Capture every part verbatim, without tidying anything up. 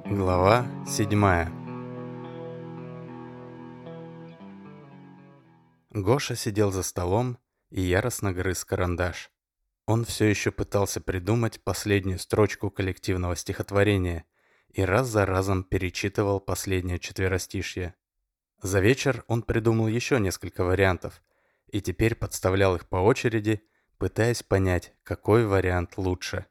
Глава седьмая. Гоша сидел за столом и яростно грыз карандаш. Он все еще пытался придумать последнюю строчку коллективного стихотворения и раз за разом перечитывал последнее четверостишье. За вечер он придумал еще несколько вариантов и теперь подставлял их по очереди, пытаясь понять, какой вариант лучше.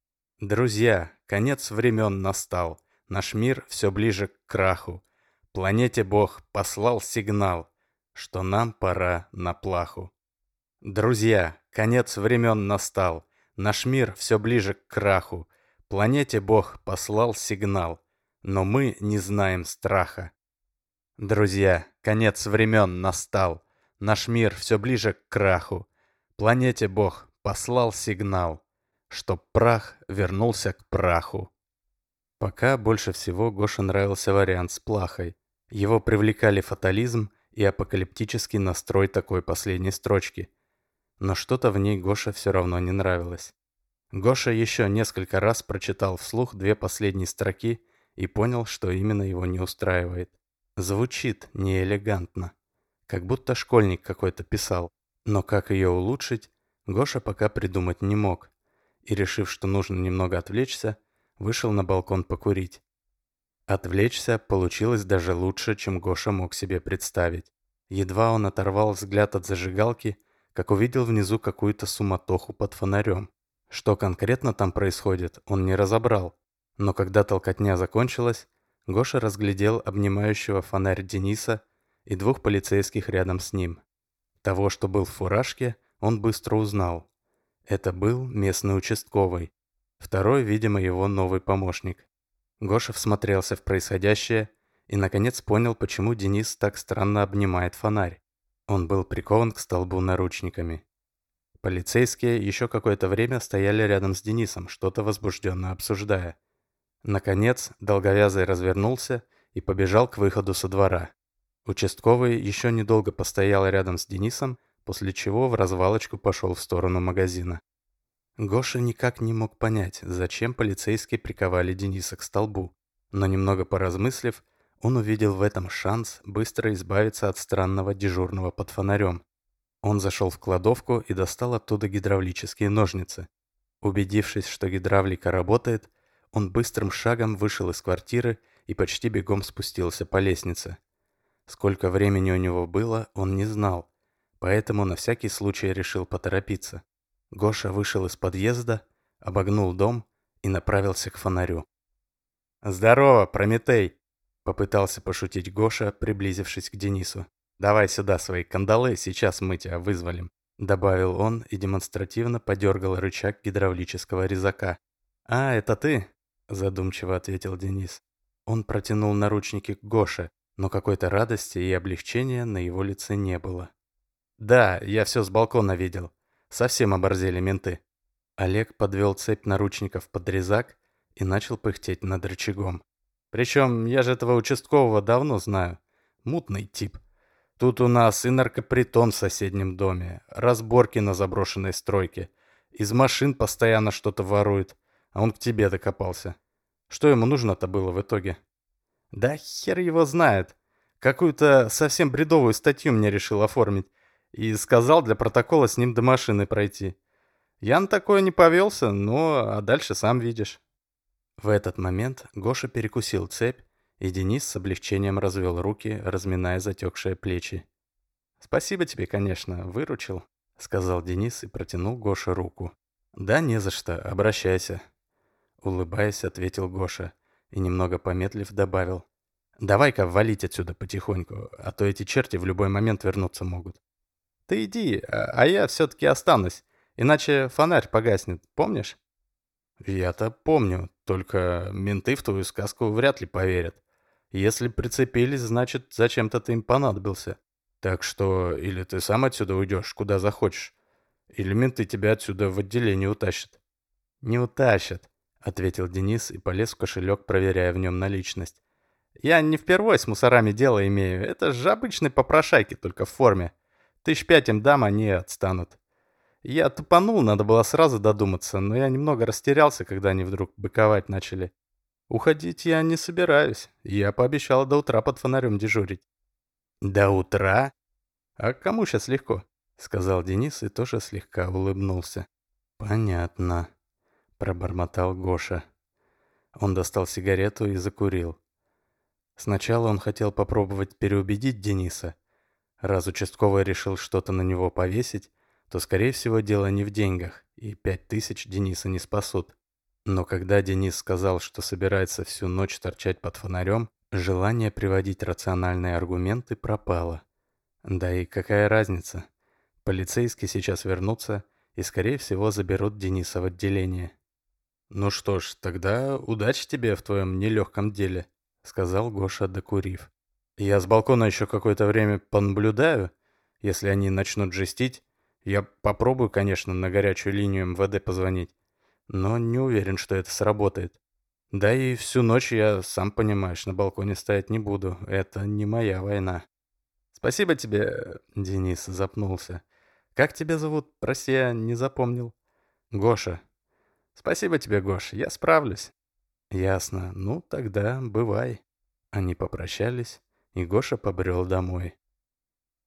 Друзья, конец времен настал. Наш мир все ближе к краху. Планете Бог послал сигнал, что нам пора на плаху. Друзья, конец времен настал. Наш мир все ближе к краху. Планете Бог послал сигнал, но мы не знаем страха. Друзья, конец времен настал. Наш мир все ближе к краху. Планете Бог послал сигнал, чтоб прах вернулся к праху. Пока больше всего Гоше нравился вариант с плахой. Его привлекали фатализм и апокалиптический настрой такой последней строчки. Но что-то в ней Гоше все равно не нравилось. Гоша еще несколько раз прочитал вслух две последние строки и понял, что именно его не устраивает. Звучит неэлегантно, как будто школьник какой-то писал. Но как ее улучшить, Гоша пока придумать не мог. И, решив, что нужно немного отвлечься, вышел на балкон покурить. Отвлечься получилось даже лучше, чем Гоша мог себе представить. Едва он оторвал взгляд от зажигалки, как увидел внизу какую-то суматоху под фонарем. Что конкретно там происходит, он не разобрал. Но когда толкотня закончилась, Гоша разглядел обнимающего фонарь Дениса и двух полицейских рядом с ним. Того, что был в фуражке, он быстро узнал. Это был местный участковый. Второй, видимо, его новый помощник. Гоша всмотрелся в происходящее и, наконец, понял, почему Денис так странно обнимает фонарь. Он был прикован к столбу наручниками. Полицейские еще какое-то время стояли рядом с Денисом, что-то возбужденно обсуждая. Наконец, долговязый развернулся и побежал к выходу со двора. Участковый еще недолго постоял рядом с Денисом, после чего в развалочку пошел в сторону магазина. Гоша никак не мог понять, зачем полицейские приковали Дениса к столбу, но немного поразмыслив, он увидел в этом шанс быстро избавиться от странного дежурного под фонарем. Он зашел в кладовку и достал оттуда гидравлические ножницы. Убедившись, что гидравлика работает, он быстрым шагом вышел из квартиры и почти бегом спустился по лестнице. Сколько времени у него было, он не знал, поэтому на всякий случай решил поторопиться. Гоша вышел из подъезда, обогнул дом и направился к фонарю. «Здорово, Прометей!» — попытался пошутить Гоша, приблизившись к Денису. «Давай сюда свои кандалы, сейчас мы тебя вызволим», — добавил он и демонстративно подергал рычаг гидравлического резака. «А, это ты?» — задумчиво ответил Денис. Он протянул наручники к Гоше, но какой-то радости и облегчения на его лице не было. «Да, я все с балкона видел. Совсем оборзели менты». Олег подвел цепь наручников под резак и начал пыхтеть над рычагом. «Причем я же этого участкового давно знаю. Мутный тип. Тут у нас и наркопритон в соседнем доме, разборки на заброшенной стройке. Из машин постоянно что-то ворует, а он к тебе докопался. Что ему нужно-то было в итоге?» «Да хер его знает. Какую-то совсем бредовую статью мне решил оформить. И сказал для протокола с ним до машины пройти. Я на такое не повелся, ну, а дальше сам видишь». В этот момент Гоша перекусил цепь, и Денис с облегчением развел руки, разминая затекшие плечи. «Спасибо тебе, конечно, выручил», — сказал Денис и протянул Гоше руку. «Да не за что, обращайся», — улыбаясь, ответил Гоша и, немного помедлив, добавил. «Давай-ка валить отсюда потихоньку, а то эти черти в любой момент вернуться могут». «Ты иди, а, а я все-таки останусь, иначе фонарь погаснет, помнишь?» «Я-то помню, только менты в твою сказку вряд ли поверят. Если прицепились, значит, зачем-то ты им понадобился. Так что или ты сам отсюда уйдешь, куда захочешь, или менты тебя отсюда в отделение утащат». «Не утащат», — ответил Денис и полез в кошелек, проверяя в нем наличность. «Я не впервой с мусорами дело имею, это же обычные попрошайки, только в форме. Тысяч пять им дам, они отстанут. Я тупанул, надо было сразу додуматься, но я немного растерялся, когда они вдруг быковать начали. Уходить я не собираюсь. Я пообещал до утра под фонарем дежурить. До утра? А кому сейчас легко? Сказал Денис и тоже слегка улыбнулся. Понятно, пробормотал Гоша. Он достал сигарету и закурил. Сначала он хотел попробовать переубедить Дениса. Раз участковый решил что-то на него повесить, то, скорее всего, дело не в деньгах, и пять тысяч Дениса не спасут. Но когда Денис сказал, что собирается всю ночь торчать под фонарем, желание приводить рациональные аргументы пропало. Да и какая разница? Полицейские сейчас вернутся и, скорее всего, заберут Дениса в отделение. «Ну что ж, тогда удачи тебе в твоем нелегком деле», — сказал Гоша, докурив. «Я с балкона еще какое-то время понаблюдаю. Если они начнут жестить, я попробую, конечно, на горячую линию эм вэ дэ позвонить, но не уверен, что это сработает. Да и всю ночь я, сам понимаешь, на балконе стоять не буду. Это не моя война». «Спасибо тебе», — Денис запнулся. «Как тебя зовут? Прости, я не запомнил». «Гоша». «Спасибо тебе, Гош, я справлюсь». «Ясно. Ну, тогда бывай». Они попрощались, и Гоша побрел домой.